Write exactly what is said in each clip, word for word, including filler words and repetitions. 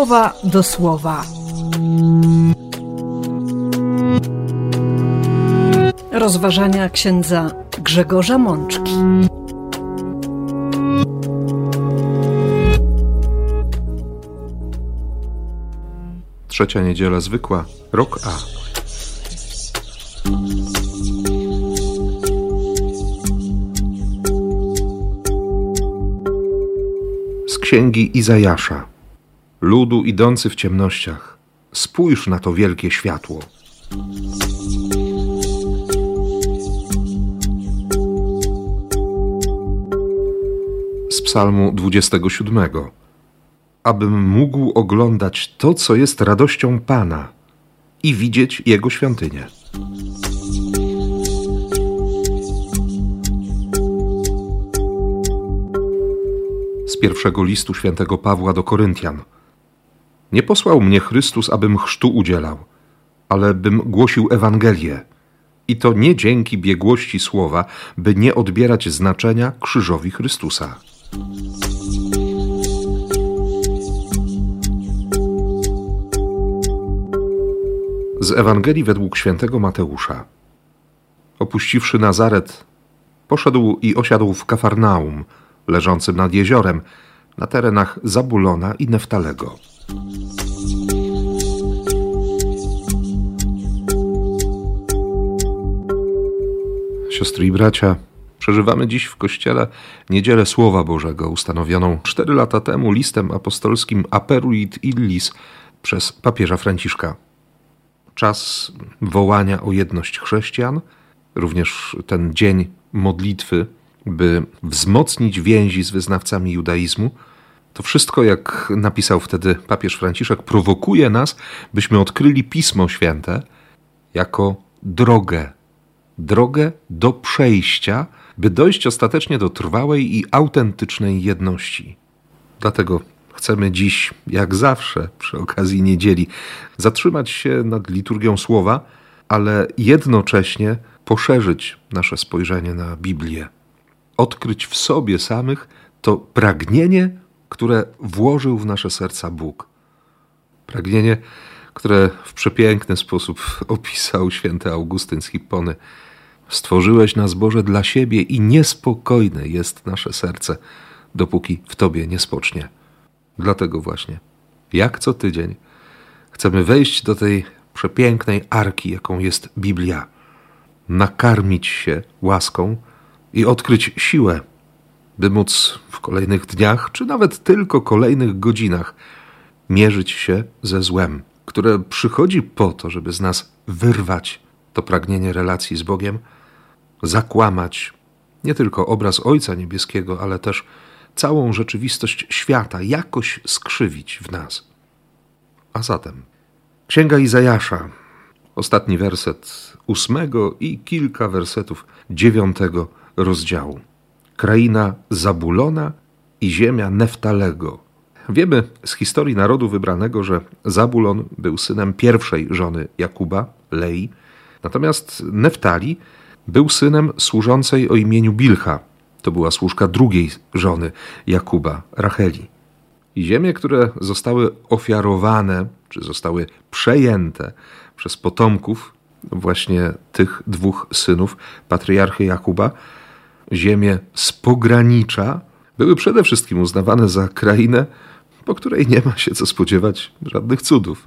słowa do słowa. Rozważania księdza Grzegorza Mączki. Trzecia niedziela zwykła, rok A. Z księgi Izajasza. Ludu idący w ciemnościach, spójrz na to wielkie światło. Z psalmu dwudziestego siódmego. Abym mógł oglądać to, co jest radością Pana i widzieć Jego świątynię. Z pierwszego listu świętego Pawła do Koryntian. Nie posłał mnie Chrystus, abym chrztu udzielał, ale bym głosił Ewangelię. I to nie dzięki biegłości słowa, by nie odbierać znaczenia krzyżowi Chrystusa. Z Ewangelii według świętego Mateusza. Opuściwszy Nazaret, poszedł i osiadł w Kafarnaum, leżącym nad jeziorem, na terenach Zabulona i Neftalego. Siostry i bracia, przeżywamy dziś w Kościele Niedzielę Słowa Bożego, ustanowioną cztery lata temu listem apostolskim Aperuit Illis przez papieża Franciszka. Czas wołania o jedność chrześcijan, również ten dzień modlitwy, by wzmocnić więzi z wyznawcami judaizmu. To wszystko, jak napisał wtedy papież Franciszek, prowokuje nas, byśmy odkryli Pismo Święte jako drogę, drogę do przejścia, by dojść ostatecznie do trwałej i autentycznej jedności. Dlatego chcemy dziś, jak zawsze, przy okazji niedzieli, zatrzymać się nad liturgią słowa, ale jednocześnie poszerzyć nasze spojrzenie na Biblię. Odkryć w sobie samych to pragnienie, które włożył w nasze serca Bóg. Pragnienie, które w przepiękny sposób opisał święty Augustyn z Hippony. Stworzyłeś nas, Boże, dla siebie i niespokojne jest nasze serce, dopóki w Tobie nie spocznie. Dlatego właśnie, jak co tydzień, chcemy wejść do tej przepięknej arki, jaką jest Biblia, nakarmić się łaską i odkryć siłę, by móc w kolejnych dniach, czy nawet tylko kolejnych godzinach mierzyć się ze złem, które przychodzi po to, żeby z nas wyrwać to pragnienie relacji z Bogiem, zakłamać nie tylko obraz Ojca Niebieskiego, ale też całą rzeczywistość świata, jakoś skrzywić w nas. A zatem Księga Izajasza, ostatni werset ósmego i kilka wersetów dziewiątego rozdziału. Kraina Zabulona i ziemia Neftalego. Wiemy z historii narodu wybranego, że Zabulon był synem pierwszej żony Jakuba, Lei, natomiast Neftali był synem służącej o imieniu Bilha. To była służka drugiej żony Jakuba, Racheli. I ziemie, które zostały ofiarowane, czy zostały przejęte przez potomków właśnie tych dwóch synów patriarchy Jakuba, ziemie z pogranicza, były przede wszystkim uznawane za krainę, po której nie ma się co spodziewać żadnych cudów.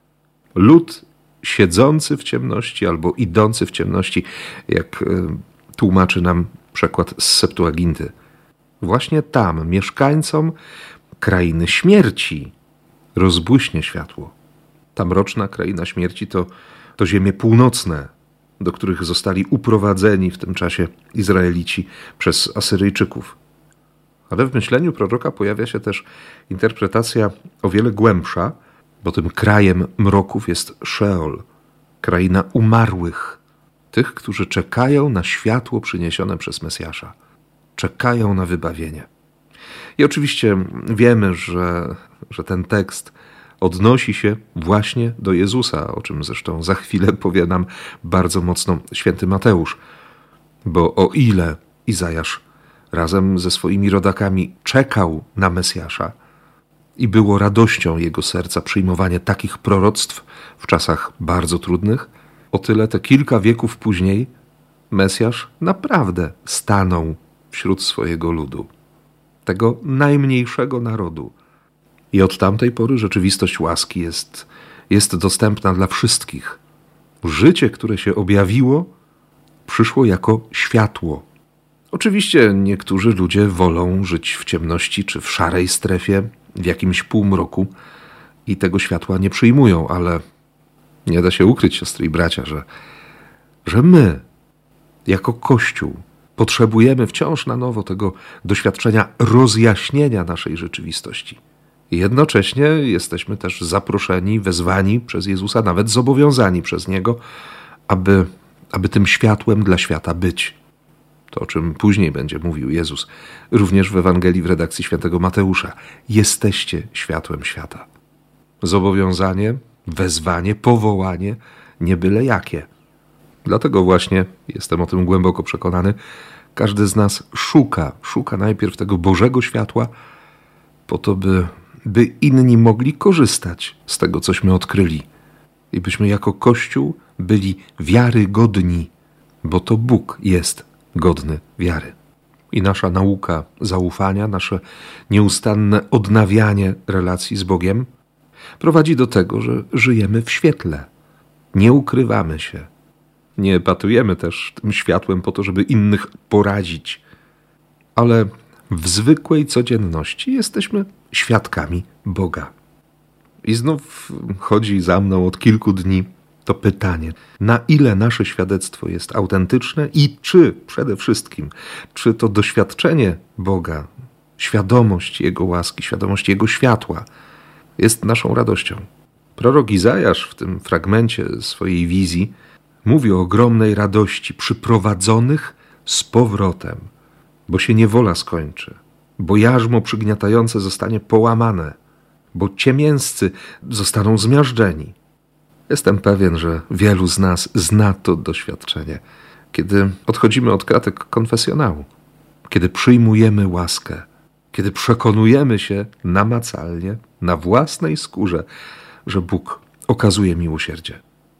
Lud siedzący w ciemności albo idący w ciemności, jak tłumaczy nam przekład z Septuaginty. Właśnie tam, mieszkańcom krainy śmierci, rozbłyśnie światło. Ta mroczna kraina śmierci to, to ziemie północne, do których zostali uprowadzeni w tym czasie Izraelici przez Asyryjczyków. Ale w myśleniu proroka pojawia się też interpretacja o wiele głębsza, bo tym krajem mroków jest Szeol, kraina umarłych, tych, którzy czekają na światło przyniesione przez Mesjasza, czekają na wybawienie. I oczywiście wiemy, że, że ten tekst odnosi się właśnie do Jezusa, o czym zresztą za chwilę powie nam bardzo mocno święty Mateusz. Bo o ile Izajasz razem ze swoimi rodakami czekał na Mesjasza, i było radością jego serca przyjmowanie takich proroctw w czasach bardzo trudnych, o tyle te kilka wieków później Mesjasz naprawdę stanął wśród swojego ludu, tego najmniejszego narodu. I od tamtej pory rzeczywistość łaski jest, jest dostępna dla wszystkich. Życie, które się objawiło, przyszło jako światło. Oczywiście niektórzy ludzie wolą żyć w ciemności czy w szarej strefie, w jakimś półmroku i tego światła nie przyjmują, ale nie da się ukryć, siostry i bracia, że, że my, jako Kościół, potrzebujemy wciąż na nowo tego doświadczenia rozjaśnienia naszej rzeczywistości. I jednocześnie jesteśmy też zaproszeni, wezwani przez Jezusa, nawet zobowiązani przez Niego, aby, aby tym światłem dla świata być. To, o czym później będzie mówił Jezus, również w Ewangelii w redakcji świętego Mateusza. Jesteście światłem świata. Zobowiązanie, wezwanie, powołanie, nie byle jakie. Dlatego właśnie, jestem o tym głęboko przekonany, każdy z nas szuka, szuka najpierw tego Bożego światła, po to, by, by inni mogli korzystać z tego, cośmy odkryli. I byśmy jako Kościół byli wiarygodni, bo to Bóg jest godny wiary. I nasza nauka zaufania, nasze nieustanne odnawianie relacji z Bogiem prowadzi do tego, że żyjemy w świetle. Nie ukrywamy się. Nie epatujemy też tym światłem po to, żeby innych porazić. Ale w zwykłej codzienności jesteśmy świadkami Boga. I znów chodzi za mną od kilku dni to pytanie, na ile nasze świadectwo jest autentyczne i czy przede wszystkim, czy to doświadczenie Boga, świadomość Jego łaski, świadomość Jego światła jest naszą radością. Prorok Izajasz w tym fragmencie swojej wizji mówi o ogromnej radości przyprowadzonych z powrotem, bo się niewola skończy, bo jarzmo przygniatające zostanie połamane, bo ciemięscy zostaną zmiażdżeni. Jestem pewien, że wielu z nas zna to doświadczenie, kiedy odchodzimy od kratek konfesjonału, kiedy przyjmujemy łaskę, kiedy przekonujemy się namacalnie, na własnej skórze, że Bóg okazuje miłosierdzie.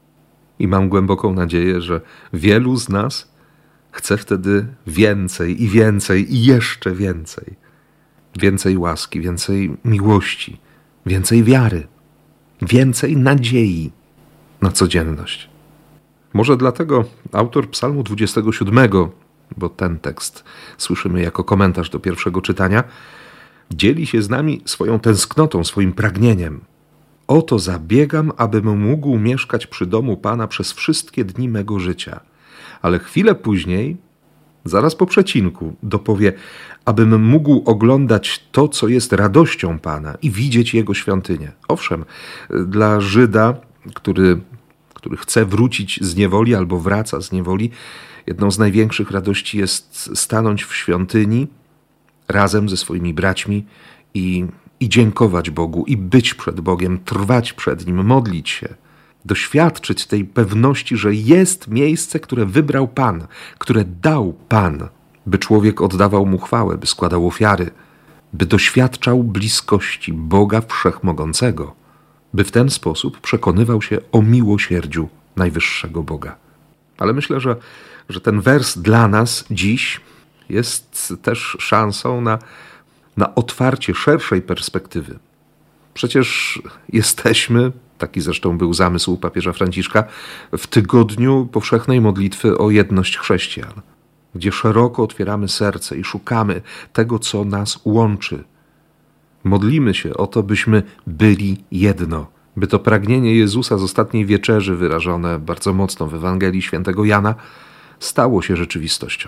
I mam głęboką nadzieję, że wielu z nas chce wtedy więcej i więcej i jeszcze więcej. Więcej łaski, więcej miłości, więcej wiary, więcej nadziei na codzienność. Może dlatego autor Psalmu dwudziestego siódmego, bo ten tekst słyszymy jako komentarz do pierwszego czytania, dzieli się z nami swoją tęsknotą, swoim pragnieniem. Oto zabiegam, abym mógł mieszkać przy domu Pana przez wszystkie dni mego życia. Ale chwilę później, zaraz po przecinku, dopowie, abym mógł oglądać to, co jest radością Pana i widzieć Jego świątynię. Owszem, dla Żyda, który, który chce wrócić z niewoli albo wraca z niewoli, jedną z największych radości jest stanąć w świątyni razem ze swoimi braćmi i, i dziękować Bogu, i być przed Bogiem, trwać przed Nim, modlić się, doświadczyć tej pewności, że jest miejsce, które wybrał Pan, które dał Pan, by człowiek oddawał Mu chwałę, by składał ofiary, by doświadczał bliskości Boga Wszechmogącego, by w ten sposób przekonywał się o miłosierdziu najwyższego Boga. Ale myślę, że, że ten wers dla nas dziś jest też szansą na, na otwarcie szerszej perspektywy. Przecież jesteśmy, taki zresztą był zamysł papieża Franciszka, w tygodniu powszechnej modlitwy o jedność chrześcijan, gdzie szeroko otwieramy serce i szukamy tego, co nas łączy. Modlimy się o to, byśmy byli jedno, by to pragnienie Jezusa z ostatniej wieczerzy, wyrażone bardzo mocno w Ewangelii świętego Jana, stało się rzeczywistością.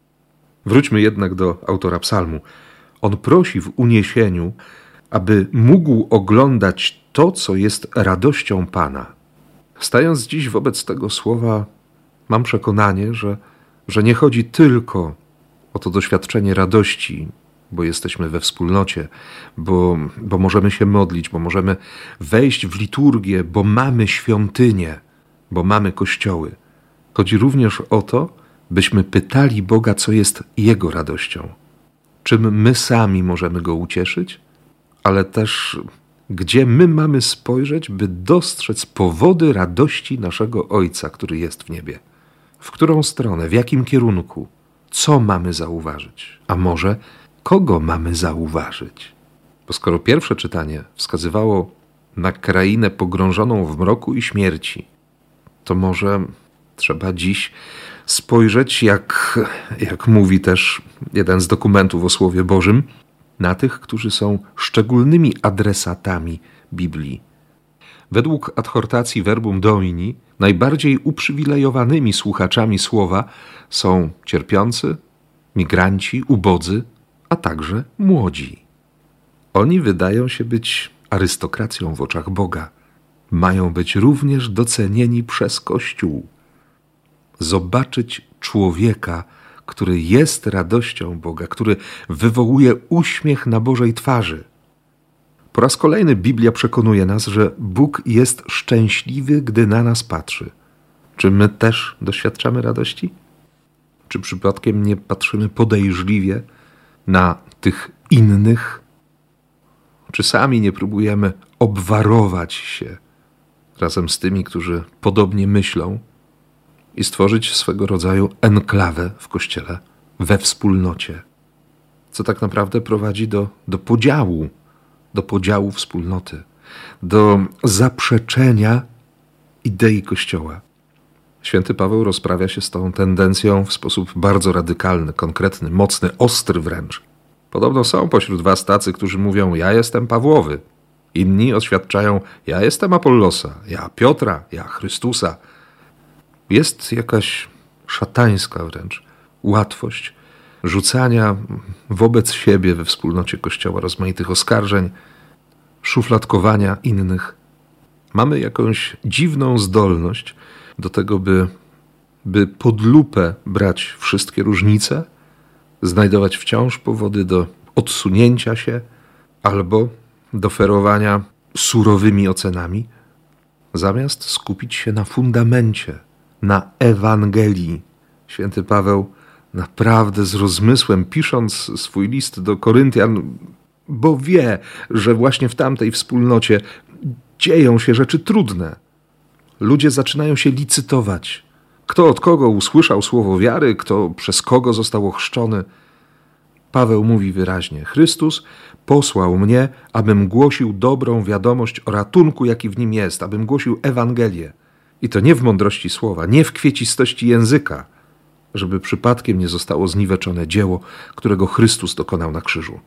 Wróćmy jednak do autora psalmu. On prosi w uniesieniu, aby mógł oglądać to, co jest radością Pana. Stając dziś wobec tego słowa, mam przekonanie, że, że nie chodzi tylko o to doświadczenie radości, bo jesteśmy we wspólnocie, bo, bo możemy się modlić, bo możemy wejść w liturgię, bo mamy świątynię, bo mamy kościoły. Chodzi również o to, byśmy pytali Boga, co jest Jego radością. Czym my sami możemy Go ucieszyć, ale też gdzie my mamy spojrzeć, by dostrzec powody radości naszego Ojca, który jest w niebie. W którą stronę, w jakim kierunku, co mamy zauważyć, a może kogo mamy zauważyć. Bo skoro pierwsze czytanie wskazywało na krainę pogrążoną w mroku i śmierci, to może trzeba dziś spojrzeć, jak, jak mówi też jeden z dokumentów o Słowie Bożym, na tych, którzy są szczególnymi adresatami Biblii. Według adhortacji Verbum Domini najbardziej uprzywilejowanymi słuchaczami Słowa są cierpiący, migranci, ubodzy, a także młodzi. Oni wydają się być arystokracją w oczach Boga. Mają być również docenieni przez Kościół. Zobaczyć człowieka, który jest radością Boga, który wywołuje uśmiech na Bożej twarzy. Po raz kolejny Biblia przekonuje nas, że Bóg jest szczęśliwy, gdy na nas patrzy. Czy my też doświadczamy radości? Czy przypadkiem nie patrzymy podejrzliwie na tych innych? Czy sami nie próbujemy obwarować się razem z tymi, którzy podobnie myślą i stworzyć swego rodzaju enklawę w Kościele, we wspólnocie, co tak naprawdę prowadzi do, do podziału, do podziału wspólnoty, do zaprzeczenia idei Kościoła. Święty Paweł rozprawia się z tą tendencją w sposób bardzo radykalny, konkretny, mocny, ostry wręcz. Podobno są pośród was tacy, którzy mówią: ja jestem Pawłowy. Inni oświadczają: ja jestem Apollosa, ja Piotra, ja Chrystusa. Jest jakaś szatańska wręcz łatwość rzucania wobec siebie we wspólnocie Kościoła rozmaitych oskarżeń, szufladkowania innych. Mamy jakąś dziwną zdolność do tego, by, by pod lupę brać wszystkie różnice, znajdować wciąż powody do odsunięcia się albo do ferowania surowymi ocenami, zamiast skupić się na fundamencie, na Ewangelii. Święty Paweł naprawdę z rozmysłem, pisząc swój list do Koryntian, bo wie, że właśnie w tamtej wspólnocie dzieją się rzeczy trudne. Ludzie zaczynają się licytować. Kto od kogo usłyszał słowo wiary, kto przez kogo został ochrzczony. Paweł mówi wyraźnie: Chrystus posłał mnie, abym głosił dobrą wiadomość o ratunku, jaki w nim jest, abym głosił Ewangelię. I to nie w mądrości słowa, nie w kwiecistości języka, żeby przypadkiem nie zostało zniweczone dzieło, którego Chrystus dokonał na krzyżu.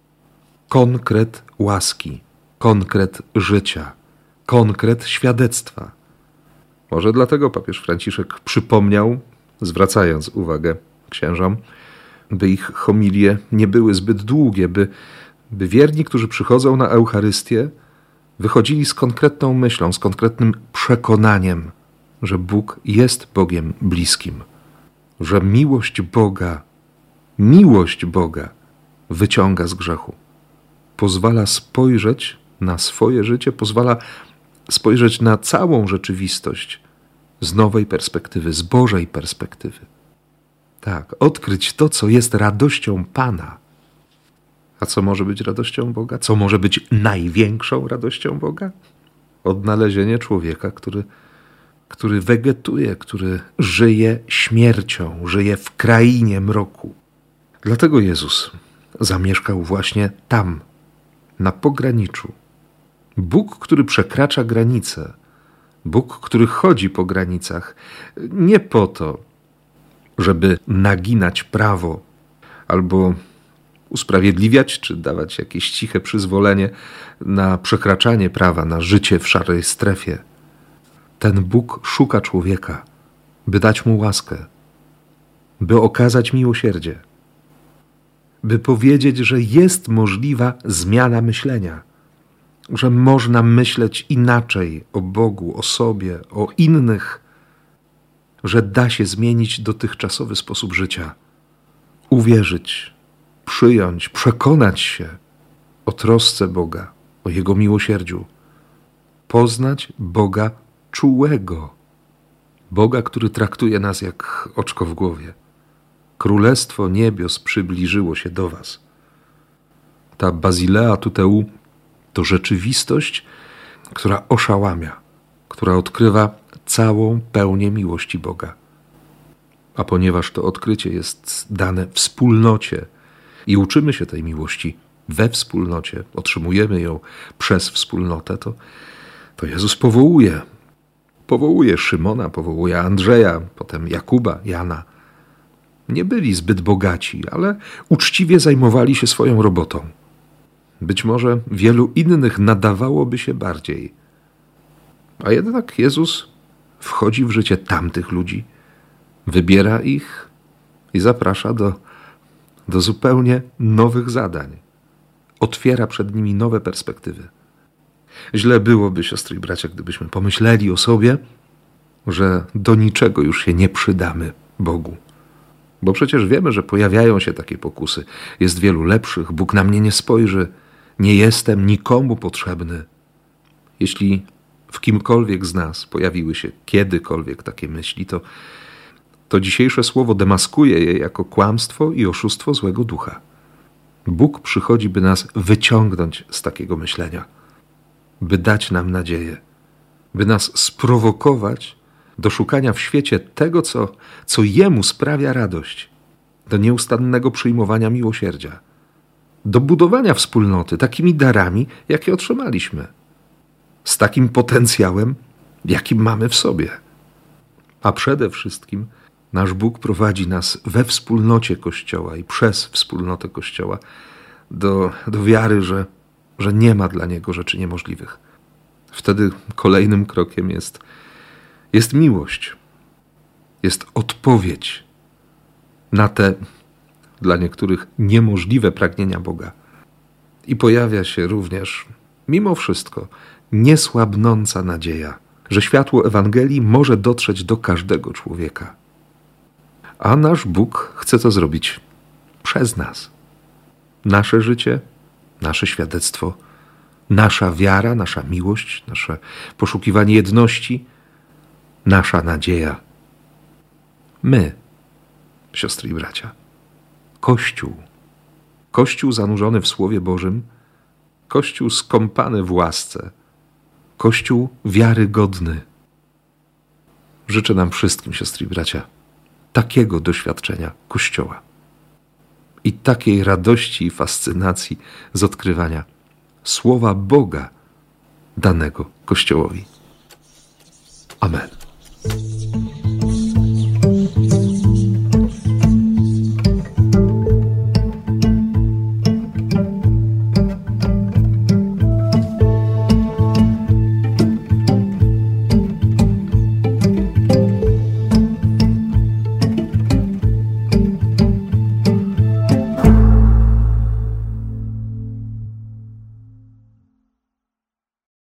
Konkret łaski, konkret życia, konkret świadectwa. Może dlatego papież Franciszek przypomniał, zwracając uwagę księżom, by ich homilie nie były zbyt długie, by, by wierni, którzy przychodzą na Eucharystię, wychodzili z konkretną myślą, z konkretnym przekonaniem, że Bóg jest Bogiem bliskim, że miłość Boga, miłość Boga wyciąga z grzechu, pozwala spojrzeć na swoje życie, pozwala spojrzeć na całą rzeczywistość z nowej perspektywy, z Bożej perspektywy. Tak, odkryć to, co jest radością Pana. A co może być radością Boga? Co może być największą radością Boga? Odnalezienie człowieka, który, który wegetuje, który żyje śmiercią, żyje w krainie mroku. Dlatego Jezus zamieszkał właśnie tam, na pograniczu. Bóg, który przekracza granice, Bóg, który chodzi po granicach, nie po to, żeby naginać prawo albo usprawiedliwiać czy dawać jakieś ciche przyzwolenie na przekraczanie prawa, na życie w szarej strefie. Ten Bóg szuka człowieka, by dać mu łaskę, by okazać miłosierdzie, by powiedzieć, że jest możliwa zmiana myślenia, że można myśleć inaczej o Bogu, o sobie, o innych, że da się zmienić dotychczasowy sposób życia, uwierzyć, przyjąć, przekonać się o trosce Boga, o Jego miłosierdziu, poznać Boga czułego, Boga, który traktuje nas jak oczko w głowie. Królestwo niebios przybliżyło się do was. Ta Basilea Tuteu To rzeczywistość, która oszałamia, która odkrywa całą pełnię miłości Boga. A ponieważ to odkrycie jest dane wspólnocie i uczymy się tej miłości we wspólnocie, otrzymujemy ją przez wspólnotę, to, to Jezus powołuje. Powołuje Szymona, powołuje Andrzeja, potem Jakuba, Jana. Nie byli zbyt bogaci, ale uczciwie zajmowali się swoją robotą. Być może wielu innych nadawałoby się bardziej. A jednak Jezus wchodzi w życie tamtych ludzi, wybiera ich i zaprasza do, do zupełnie nowych zadań. Otwiera przed nimi nowe perspektywy. Źle byłoby, siostry i bracia, gdybyśmy pomyśleli o sobie, że do niczego już się nie przydamy Bogu. Bo przecież wiemy, że pojawiają się takie pokusy. Jest wielu lepszych, Bóg na mnie nie spojrzy, nie jestem nikomu potrzebny. Jeśli w kimkolwiek z nas pojawiły się kiedykolwiek takie myśli, to, to dzisiejsze słowo demaskuje je jako kłamstwo i oszustwo złego ducha. Bóg przychodzi, by nas wyciągnąć z takiego myślenia, by dać nam nadzieję, by nas sprowokować do szukania w świecie tego, co, co Jemu sprawia radość, do nieustannego przyjmowania miłosierdzia, do budowania wspólnoty takimi darami, jakie otrzymaliśmy, z takim potencjałem, jaki mamy w sobie. A przede wszystkim nasz Bóg prowadzi nas we wspólnocie Kościoła i przez wspólnotę Kościoła do, do wiary, że, że nie ma dla Niego rzeczy niemożliwych. Wtedy kolejnym krokiem jest, jest miłość, jest odpowiedź na te dla niektórych niemożliwe pragnienia Boga. I pojawia się również, mimo wszystko, niesłabnąca nadzieja, że światło Ewangelii może dotrzeć do każdego człowieka. A nasz Bóg chce to zrobić przez nas. Nasze życie, nasze świadectwo, nasza wiara, nasza miłość, nasze poszukiwanie jedności, nasza nadzieja. My, siostry i bracia, Kościół, Kościół zanurzony w Słowie Bożym, Kościół skąpany w łasce, Kościół wiarygodny. Życzę nam wszystkim, siostry i bracia, takiego doświadczenia Kościoła i takiej radości i fascynacji z odkrywania Słowa Boga danego Kościołowi. Amen.